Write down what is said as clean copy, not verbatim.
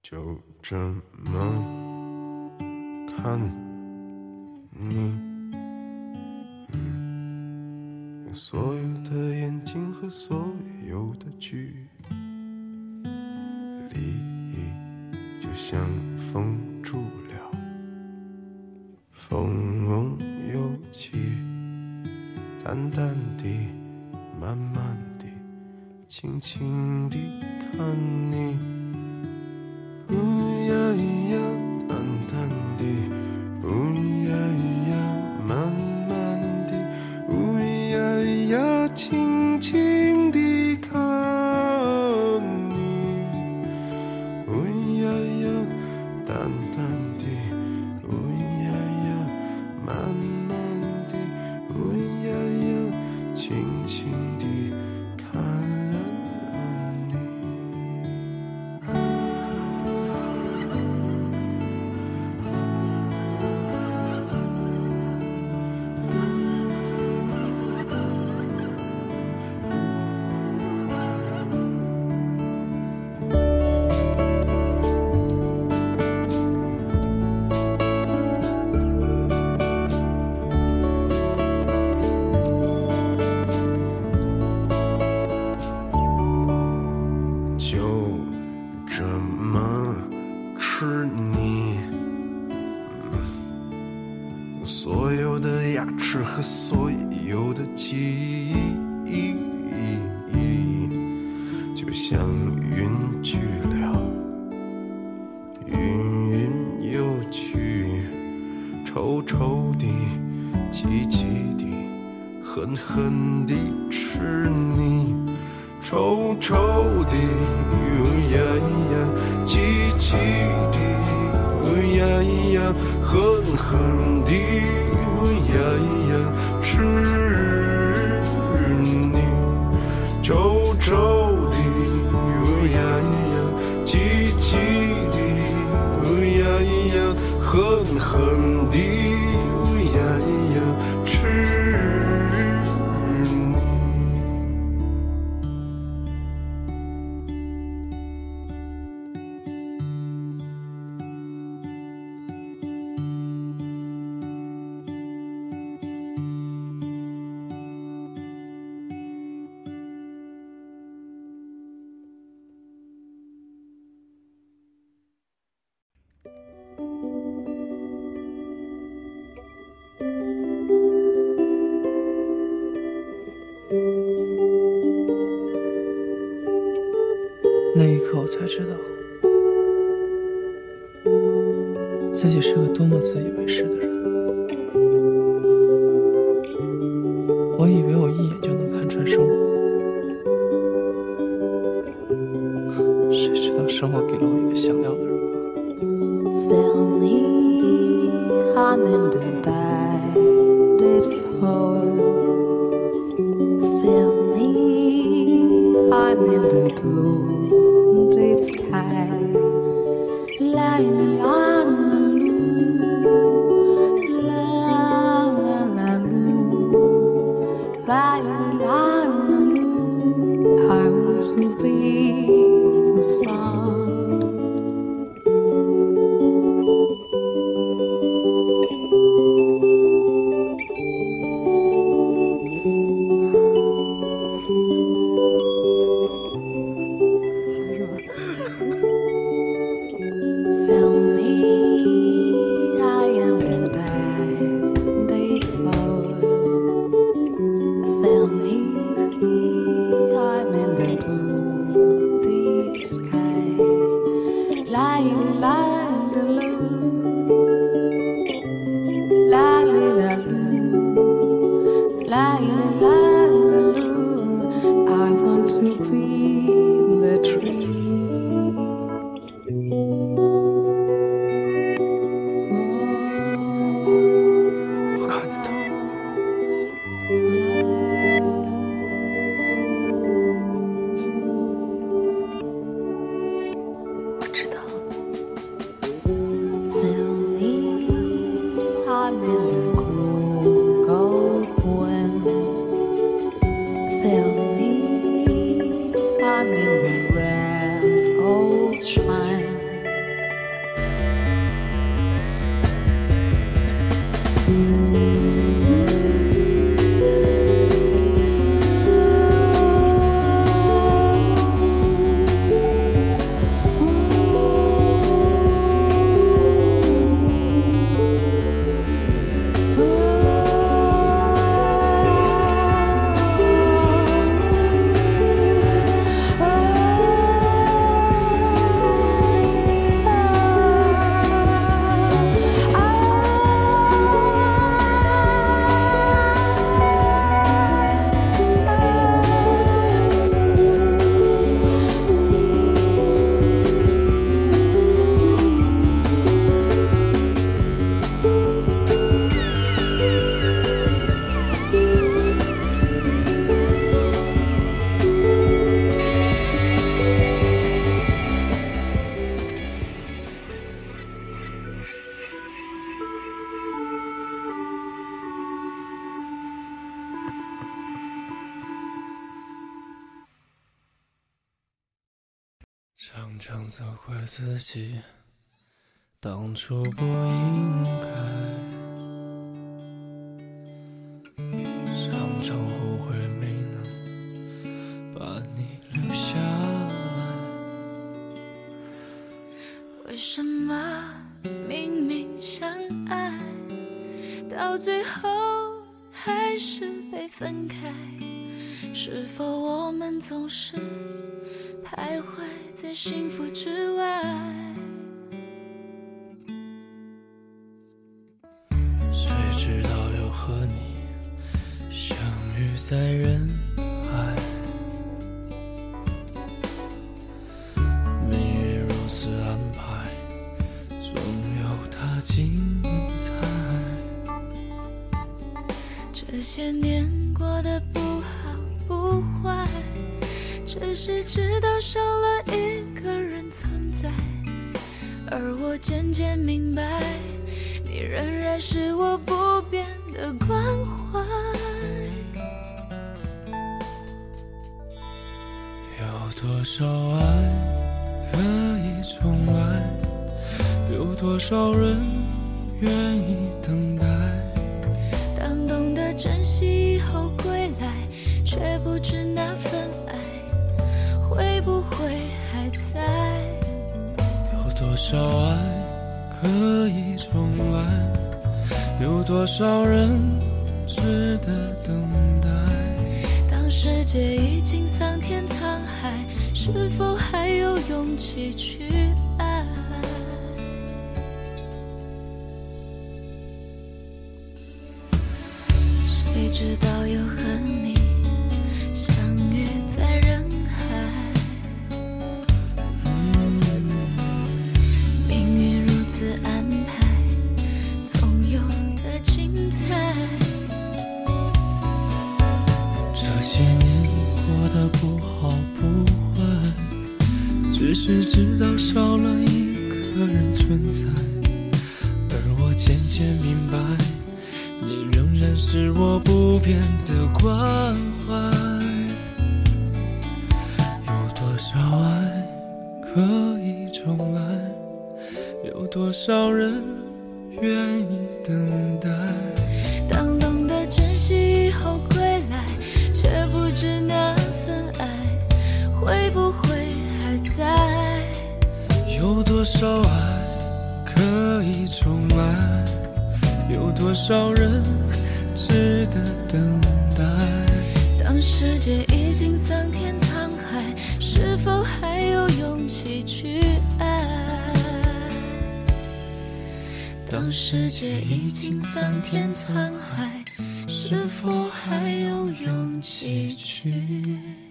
就这么看你，用所有的眼睛和所有的距离，就像封住了风有气，淡淡地慢慢地轻轻地看你，呀呀淡淡地，呀呀慢慢地，呀呀轻轻地看你，呀呀淡淡地，呀呀慢慢地，呀呀轻轻地看你。就这么吃你，所有的牙齿和所有的记忆，就像云去了，云又去，臭臭的，气气的，狠狠地吃你。臭臭的，呀呀，气气的，呀呀，狠狠的，呀呀，吃你。臭臭的，呀呀，气气的，呀呀，狠狠的，呀呀，吃你。 那一刻我才知道，自己是个多么自以为是的人。我以为我一眼就能看穿生活，谁知道生活给了我一个响亮的耳光。 Tell me I'm in the deep hole. Tell me I'm in the blue deep sky. La la la la la la la la. I want to be the sun. Feel 常常责怪自己当初不应该，常常后悔没能把你留下来。 为什么明明相爱，到最后还是被分开？是否我们总是徘徊在幸福之外？ 谁知道又和你相遇在人海，命运如此安排，总有它精彩。 这些年过得不好不坏，只是直到少了一个人存在，而我渐渐明白，你仍然是我不变的关怀。 有多少爱可以重来？有多少人愿意等待？ 当懂得珍惜以后归来，却不知那份爱会不会还在。 有多少爱可以重来？有多少人值得等待？ 当世界已经桑田沧海，是否还有勇气去爱？谁知道又和你相遇在人海，命运如此安排，总有的精彩。 这些年过得不好不坏，只是知道少了一个人存在，而我渐渐明白，你仍然是我不变的关怀。有多少爱可以重来？有多少人愿意等待？ 当懂得珍惜以后归来，却不知那份爱会不会还在。 有多少爱可以重来？有多少人值得等待？ 当世界已经桑田沧海，是否还有勇气去爱？当世界已经桑田沧海，是否还有勇气去